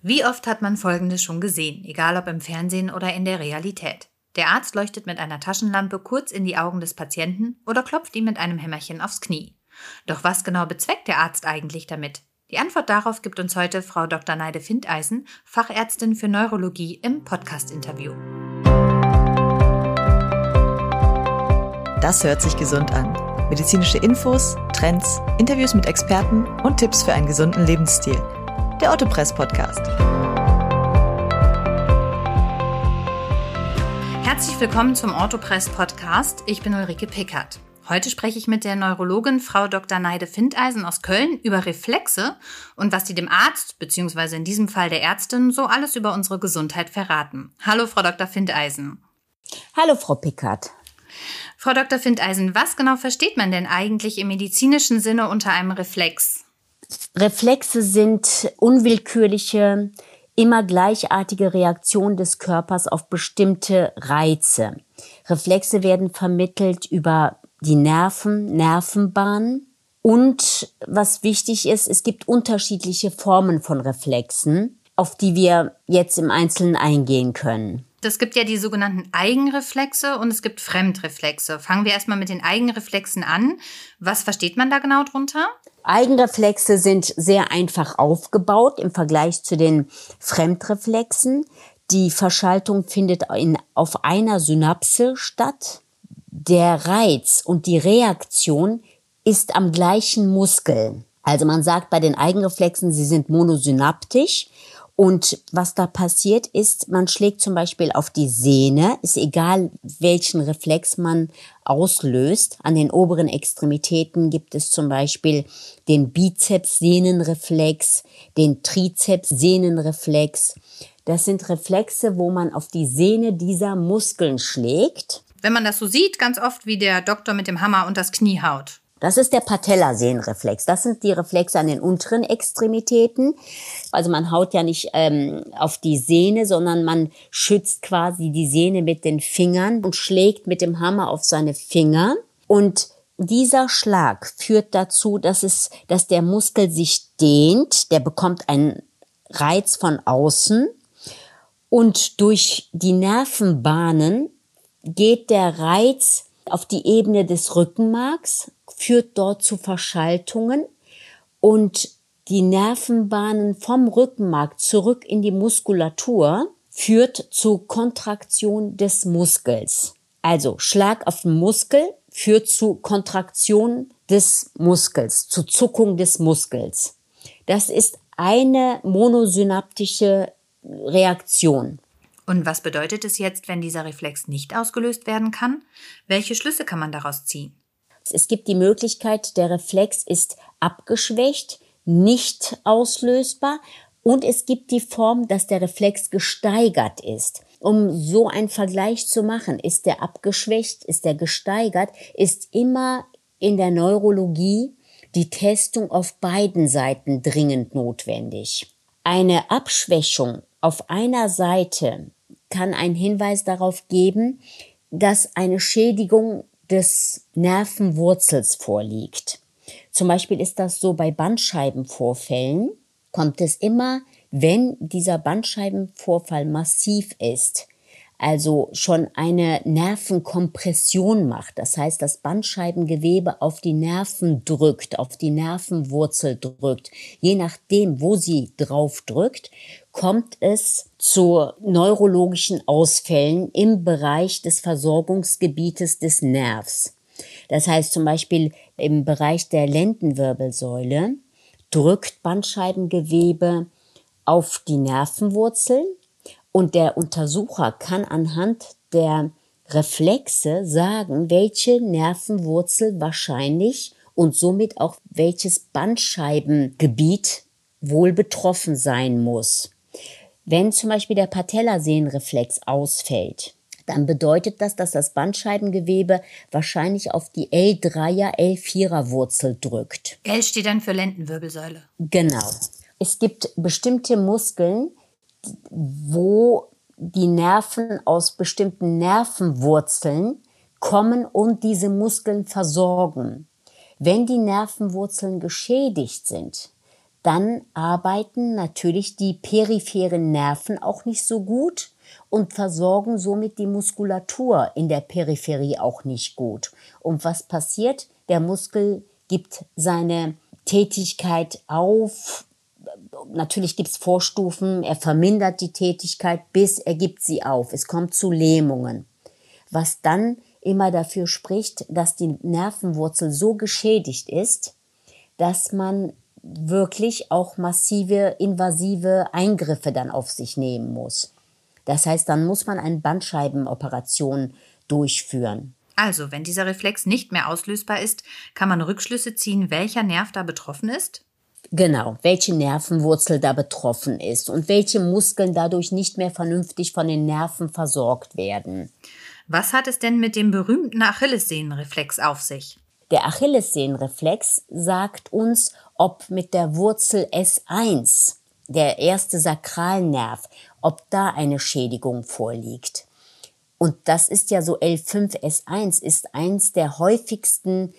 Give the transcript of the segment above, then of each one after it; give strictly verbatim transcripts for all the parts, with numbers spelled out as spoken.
Wie oft hat man Folgendes schon gesehen, egal ob im Fernsehen oder in der Realität? Der Arzt leuchtet mit einer Taschenlampe kurz in die Augen des Patienten oder klopft ihm mit einem Hämmerchen aufs Knie. Doch was genau bezweckt der Arzt eigentlich damit? Die Antwort darauf gibt uns heute Frau Doktor Neyde-Findeisen, Fachärztin für Neurologie, im Podcast-Interview. Das hört sich gesund an. Medizinische Infos, Trends, Interviews mit Experten und Tipps für einen gesunden Lebensstil. Der Ottopress-Podcast. Herzlich willkommen zum Ottopress-Podcast. Ich bin Ulrike Pickert. Heute spreche ich mit der Neurologin Frau Doktor Neyde-Findeisen aus Köln über Reflexe und was sie dem Arzt, beziehungsweise in diesem Fall der Ärztin, so alles über unsere Gesundheit verraten. Hallo, Frau Doktor Findeisen. Hallo, Frau Pickert. Frau Doktor Findeisen, was genau versteht man denn eigentlich im medizinischen Sinne unter einem Reflex? Reflexe sind unwillkürliche, immer gleichartige Reaktionen des Körpers auf bestimmte Reize. Reflexe werden vermittelt über die Nerven, Nervenbahnen. Und was wichtig ist, es gibt unterschiedliche Formen von Reflexen, auf die wir jetzt im Einzelnen eingehen können. Es gibt ja die sogenannten Eigenreflexe und es gibt Fremdreflexe. Fangen wir erstmal mit den Eigenreflexen an. Was versteht man da genau drunter? Eigenreflexe sind sehr einfach aufgebaut im Vergleich zu den Fremdreflexen. Die Verschaltung findet in, auf einer Synapse statt. Der Reiz und die Reaktion ist am gleichen Muskel. Also man sagt bei den Eigenreflexen, sie sind monosynaptisch. Und was da passiert ist, man schlägt zum Beispiel auf die Sehne, ist egal, welchen Reflex man auslöst. An den oberen Extremitäten gibt es zum Beispiel den Bizeps-Sehnenreflex, den Trizeps-Sehnenreflex. Das sind Reflexe, wo man auf die Sehne dieser Muskeln schlägt. Wenn man das so sieht, ganz oft wie der Doktor mit dem Hammer und das Knie haut. Das ist der Patellasehnenreflex. Das sind die Reflexe an den unteren Extremitäten. Also man haut ja nicht ähm, auf die Sehne, sondern man schützt quasi die Sehne mit den Fingern und schlägt mit dem Hammer auf seine Finger. Und dieser Schlag führt dazu, dass es, dass der Muskel sich dehnt. Der bekommt einen Reiz von außen. Und durch die Nervenbahnen geht der Reiz auf die Ebene des Rückenmarks, führt dort zu Verschaltungen und die Nervenbahnen vom Rückenmark zurück in die Muskulatur führt zu Kontraktion des Muskels. Also Schlag auf den Muskel führt zu Kontraktion des Muskels, zu Zuckung des Muskels. Das ist eine monosynaptische Reaktion. Und was bedeutet es jetzt, wenn dieser Reflex nicht ausgelöst werden kann? Welche Schlüsse kann man daraus ziehen? Es gibt die Möglichkeit, der Reflex ist abgeschwächt, nicht auslösbar. Und es gibt die Form, dass der Reflex gesteigert ist. Um so einen Vergleich zu machen, ist der abgeschwächt, ist der gesteigert, ist immer in der Neurologie die Testung auf beiden Seiten dringend notwendig. Eine Abschwächung auf einer Seite kann einen Hinweis darauf geben, dass eine Schädigung des Nervenwurzels vorliegt. Zum Beispiel ist das so bei Bandscheibenvorfällen, kommt es immer, wenn dieser Bandscheibenvorfall massiv ist, also schon eine Nervenkompression macht. Das heißt, das Bandscheibengewebe auf die Nerven drückt, auf die Nervenwurzel drückt. Je nachdem, wo sie drauf drückt, kommt es zu neurologischen Ausfällen im Bereich des Versorgungsgebietes des Nervs. Das heißt zum Beispiel im Bereich der Lendenwirbelsäule drückt Bandscheibengewebe auf die Nervenwurzel und der Untersucher kann anhand der Reflexe sagen, welche Nervenwurzel wahrscheinlich und somit auch welches Bandscheibengebiet wohl betroffen sein muss. Wenn zum Beispiel der Patellasehnenreflex ausfällt, dann bedeutet das, dass das Bandscheibengewebe wahrscheinlich auf die L dreier, L vierer Wurzel drückt. L steht dann für Lendenwirbelsäule. Genau. Es gibt bestimmte Muskeln, wo die Nerven aus bestimmten Nervenwurzeln kommen und diese Muskeln versorgen. Wenn die Nervenwurzeln geschädigt sind, dann arbeiten natürlich die peripheren Nerven auch nicht so gut und versorgen somit die Muskulatur in der Peripherie auch nicht gut. Und was passiert? Der Muskel gibt seine Tätigkeit auf. Natürlich gibt es Vorstufen, er vermindert die Tätigkeit, bis er gibt sie auf. Es kommt zu Lähmungen, was dann immer dafür spricht, dass die Nervenwurzel so geschädigt ist, dass man wirklich auch massive, invasive Eingriffe dann auf sich nehmen muss. Das heißt, dann muss man eine Bandscheibenoperation durchführen. Also, wenn dieser Reflex nicht mehr auslösbar ist, kann man Rückschlüsse ziehen, welcher Nerv da betroffen ist? Genau, welche Nervenwurzel da betroffen ist und welche Muskeln dadurch nicht mehr vernünftig von den Nerven versorgt werden. Was hat es denn mit dem berühmten Achillessehnenreflex auf sich? Der Achillessehnenreflex sagt uns, ob mit der Wurzel S eins, der erste Sakralnerv, ob da eine Schädigung vorliegt. Und das ist ja so L fünf S eins, ist eins der häufigsten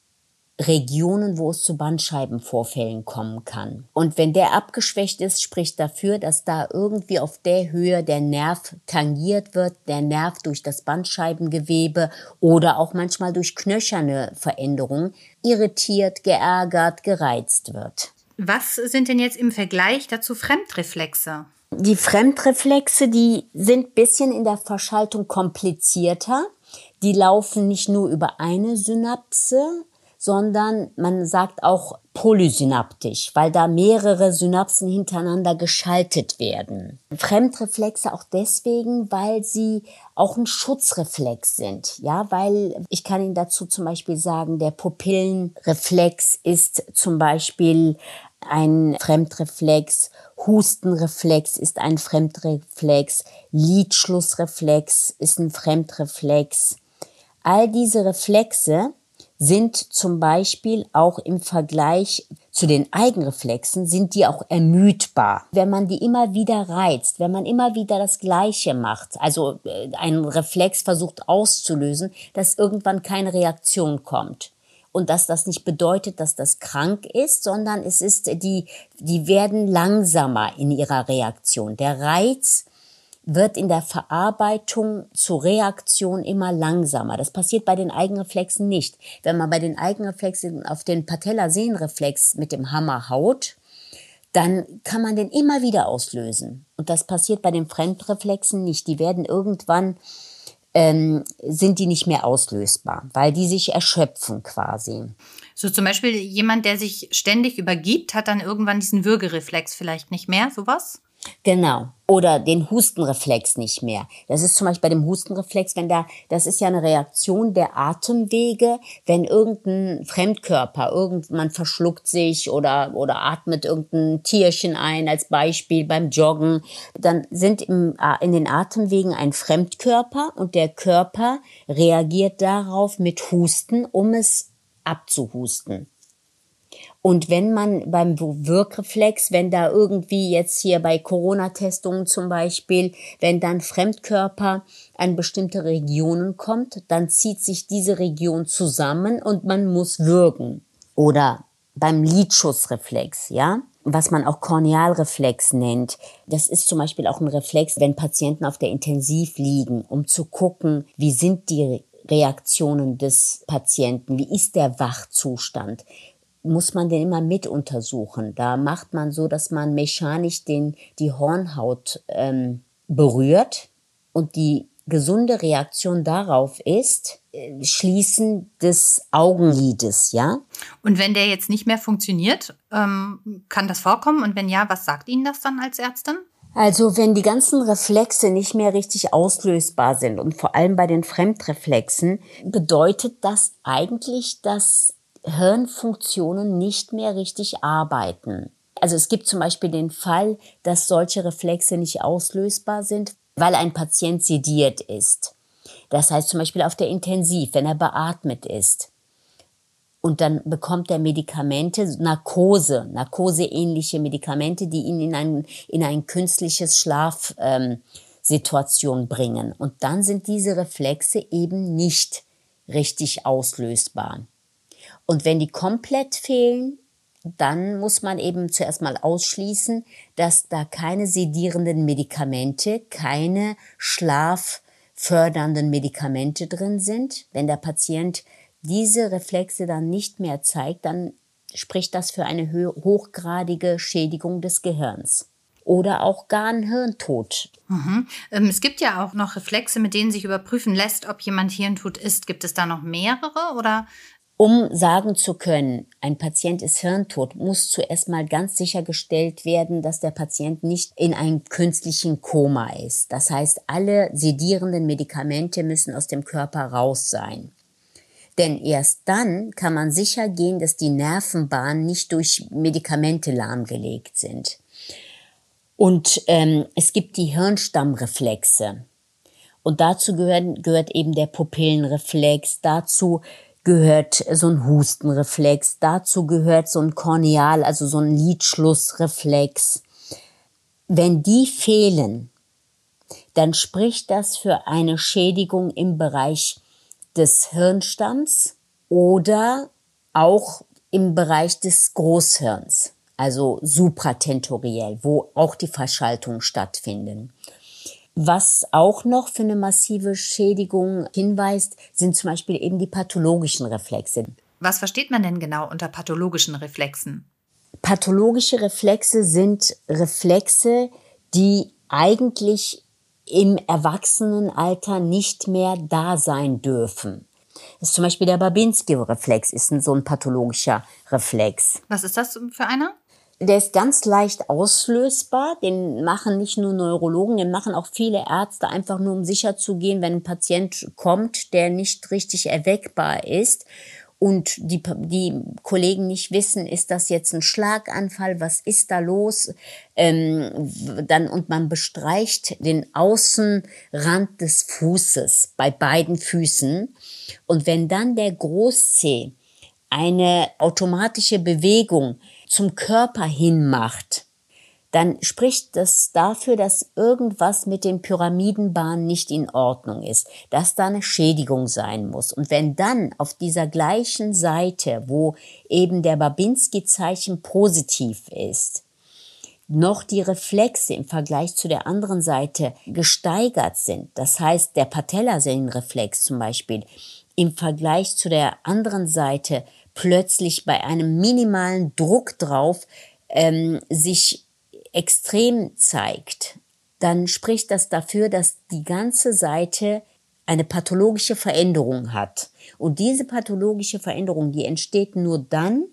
Regionen, wo es zu Bandscheibenvorfällen kommen kann. Und wenn der abgeschwächt ist, spricht dafür, dass da irgendwie auf der Höhe der Nerv tangiert wird, der Nerv durch das Bandscheibengewebe oder auch manchmal durch knöcherne Veränderungen irritiert, geärgert, gereizt wird. Was sind denn jetzt im Vergleich dazu Fremdreflexe? Die Fremdreflexe, die sind ein bisschen in der Verschaltung komplizierter. Die laufen nicht nur über eine Synapse, sondern man sagt auch polysynaptisch, weil da mehrere Synapsen hintereinander geschaltet werden. Fremdreflexe auch deswegen, weil sie auch ein Schutzreflex sind. Ja, weil ich kann Ihnen dazu zum Beispiel sagen, der Pupillenreflex ist zum Beispiel ein Fremdreflex, Hustenreflex ist ein Fremdreflex, Lidschlussreflex ist ein Fremdreflex. All diese Reflexe sind zum Beispiel auch im Vergleich zu den Eigenreflexen, sind die auch ermüdbar. Wenn man die immer wieder reizt, wenn man immer wieder das Gleiche macht, also einen Reflex versucht auszulösen, dass irgendwann keine Reaktion kommt. Und dass das nicht bedeutet, dass das krank ist, sondern es ist, die, die werden langsamer in ihrer Reaktion. Der Reiz wird in der Verarbeitung zur Reaktion immer langsamer. Das passiert bei den Eigenreflexen nicht. Wenn man bei den Eigenreflexen auf den Patellasehnenreflex mit dem Hammer haut, dann kann man den immer wieder auslösen. Und das passiert bei den Fremdreflexen nicht. Die werden irgendwann, ähm, sind die nicht mehr auslösbar, weil die sich erschöpfen quasi. So zum Beispiel jemand, der sich ständig übergibt, hat dann irgendwann diesen Würgereflex vielleicht nicht mehr, sowas? Genau. Oder den Hustenreflex nicht mehr. Das ist zum Beispiel bei dem Hustenreflex, wenn da, das ist ja eine Reaktion der Atemwege, wenn irgendein Fremdkörper, irgend, man verschluckt sich oder, oder atmet irgendein Tierchen ein, als Beispiel beim Joggen, dann sind im, in den Atemwegen ein Fremdkörper und der Körper reagiert darauf mit Husten, um es abzuhusten. Und wenn man beim Wirkreflex, wenn da irgendwie jetzt hier bei Corona-Testungen zum Beispiel, wenn dann Fremdkörper an bestimmte Regionen kommt, dann zieht sich diese Region zusammen und man muss würgen. Oder beim Lidschussreflex, ja, was man auch Kornealreflex nennt. Das ist zum Beispiel auch ein Reflex, wenn Patienten auf der Intensiv liegen, um zu gucken, wie sind die Reaktionen des Patienten, wie ist der Wachzustand, muss man den immer mit untersuchen. Da macht man so, dass man mechanisch den, die Hornhaut ähm, berührt und die gesunde Reaktion darauf ist, äh, Schließen des Augenlides, ja. Und wenn der jetzt nicht mehr funktioniert, ähm, kann das vorkommen? Und wenn ja, was sagt Ihnen das dann als Ärztin? Also wenn die ganzen Reflexe nicht mehr richtig auslösbar sind und vor allem bei den Fremdreflexen, bedeutet das eigentlich, dass Hirnfunktionen nicht mehr richtig arbeiten. Also es gibt zum Beispiel den Fall, dass solche Reflexe nicht auslösbar sind, weil ein Patient sediert ist. Das heißt zum Beispiel auf der Intensiv, wenn er beatmet ist. Und dann bekommt er Medikamente, Narkose, narkoseähnliche Medikamente, die ihn in ein, in ein künstliches Schlafsituation ähm, bringen. Und dann sind diese Reflexe eben nicht richtig auslösbar. Und wenn die komplett fehlen, dann muss man eben zuerst mal ausschließen, dass da keine sedierenden Medikamente, keine schlaffördernden Medikamente drin sind. Wenn der Patient diese Reflexe dann nicht mehr zeigt, dann spricht das für eine hochgradige Schädigung des Gehirns. Oder auch gar ein Hirntod. Mhm. Ähm, es gibt ja auch noch Reflexe, mit denen sich überprüfen lässt, ob jemand hirntot ist. Gibt es da noch mehrere oder? Um sagen zu können, ein Patient ist hirntot, muss zuerst mal ganz sichergestellt werden, dass der Patient nicht in einem künstlichen Koma ist. Das heißt, alle sedierenden Medikamente müssen aus dem Körper raus sein. Denn erst dann kann man sicher gehen, dass die Nervenbahnen nicht durch Medikamente lahmgelegt sind. Und ähm, es gibt die Hirnstammreflexe. Und dazu gehört, gehört eben der Pupillenreflex, dazu gehört so ein Hustenreflex, dazu gehört so ein Korneal, also so ein Lidschlussreflex. Wenn die fehlen, dann spricht das für eine Schädigung im Bereich des Hirnstamms oder auch im Bereich des Großhirns, also supratentoriell, wo auch die Verschaltungen stattfinden. Was auch noch für eine massive Schädigung hinweist, sind zum Beispiel eben die pathologischen Reflexe. Was versteht man denn genau unter pathologischen Reflexen? Pathologische Reflexe sind Reflexe, die eigentlich im Erwachsenenalter nicht mehr da sein dürfen. Das ist zum Beispiel der Babinski-Reflex, ist ein, so ein pathologischer Reflex. Was ist das für einer? Der ist ganz leicht auslösbar, den machen nicht nur Neurologen, den machen auch viele Ärzte, einfach nur um sicher zu gehen, wenn ein Patient kommt, der nicht richtig erweckbar ist und die, die Kollegen nicht wissen, ist das jetzt ein Schlaganfall, was ist da los? Ähm, dann, und man bestreicht den Außenrand des Fußes bei beiden Füßen. Und wenn dann der Großzeh eine automatische Bewegung zum Körper hin macht, dann spricht das dafür, dass irgendwas mit den Pyramidenbahnen nicht in Ordnung ist, dass da eine Schädigung sein muss. Und wenn dann auf dieser gleichen Seite, wo eben der Babinski-Zeichen positiv ist, noch die Reflexe im Vergleich zu der anderen Seite gesteigert sind, das heißt, der Patellasehnenreflex zum Beispiel im Vergleich zu der anderen Seite plötzlich bei einem minimalen Druck drauf ähm, sich extrem zeigt, dann spricht das dafür, dass die ganze Seite eine pathologische Veränderung hat. Und diese pathologische Veränderung, die entsteht nur dann,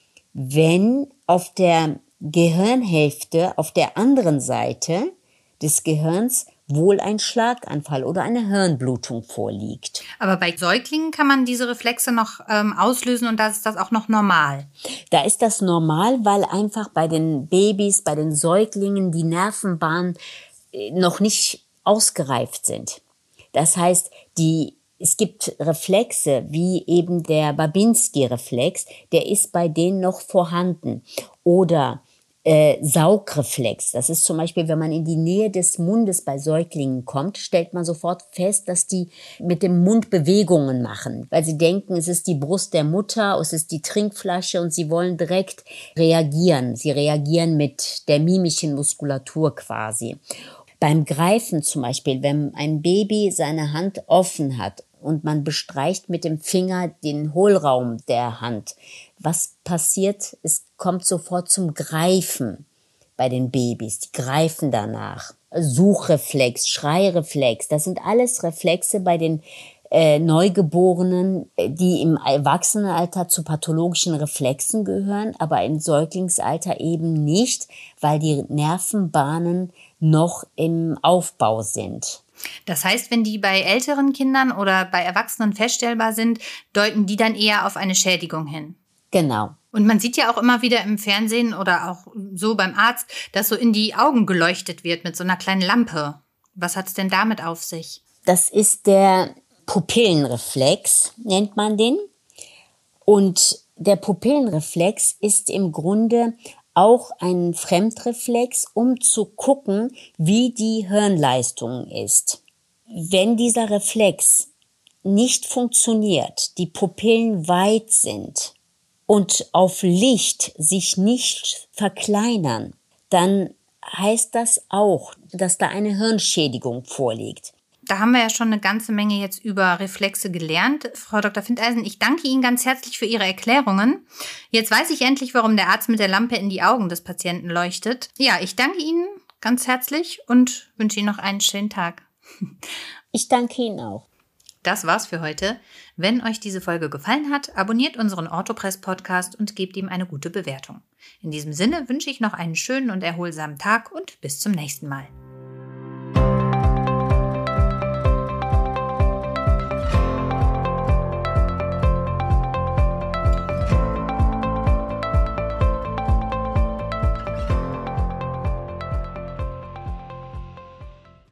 wenn auf der Gehirnhälfte, auf der anderen Seite des Gehirns wohl ein Schlaganfall oder eine Hirnblutung vorliegt. Aber bei Säuglingen kann man diese Reflexe noch ähm, auslösen und da ist das auch noch normal? Da ist das normal, weil einfach bei den Babys, bei den Säuglingen die Nervenbahnen noch nicht ausgereift sind. Das heißt, die, es gibt Reflexe, wie eben der Babinski-Reflex, der ist bei denen noch vorhanden. Oder Äh, Saugreflex. Das ist zum Beispiel, wenn man in die Nähe des Mundes bei Säuglingen kommt, stellt man sofort fest, dass die mit dem Mund Bewegungen machen, weil sie denken, es ist die Brust der Mutter, es ist die Trinkflasche und sie wollen direkt reagieren. Sie reagieren mit der mimischen Muskulatur quasi. Beim Greifen zum Beispiel, wenn ein Baby seine Hand offen hat und man bestreicht mit dem Finger den Hohlraum der Hand, was passiert? Es kommt sofort zum Greifen bei den Babys. Die greifen danach. Suchreflex, Schreireflex, das sind alles Reflexe bei den äh, Neugeborenen, die im Erwachsenenalter zu pathologischen Reflexen gehören, aber im Säuglingsalter eben nicht, weil die Nervenbahnen noch im Aufbau sind. Das heißt, wenn die bei älteren Kindern oder bei Erwachsenen feststellbar sind, deuten die dann eher auf eine Schädigung hin? Genau. Und man sieht ja auch immer wieder im Fernsehen oder auch so beim Arzt, dass so in die Augen geleuchtet wird mit so einer kleinen Lampe. Was hat es denn damit auf sich? Das ist der Pupillenreflex, nennt man den. Und der Pupillenreflex ist im Grunde auch ein Fremdreflex, um zu gucken, wie die Hirnleistung ist. Wenn dieser Reflex nicht funktioniert, die Pupillen weit sind, und auf Licht sich nicht verkleinern, dann heißt das auch, dass da eine Hirnschädigung vorliegt. Da haben wir ja schon eine ganze Menge jetzt über Reflexe gelernt. Frau Doktor Findeisen, ich danke Ihnen ganz herzlich für Ihre Erklärungen. Jetzt weiß ich endlich, warum der Arzt mit der Lampe in die Augen des Patienten leuchtet. Ja, ich danke Ihnen ganz herzlich und wünsche Ihnen noch einen schönen Tag. Ich danke Ihnen auch. Das war's für heute. Wenn euch diese Folge gefallen hat, abonniert unseren Orthopress-Podcast und gebt ihm eine gute Bewertung. In diesem Sinne wünsche ich noch einen schönen und erholsamen Tag und bis zum nächsten Mal.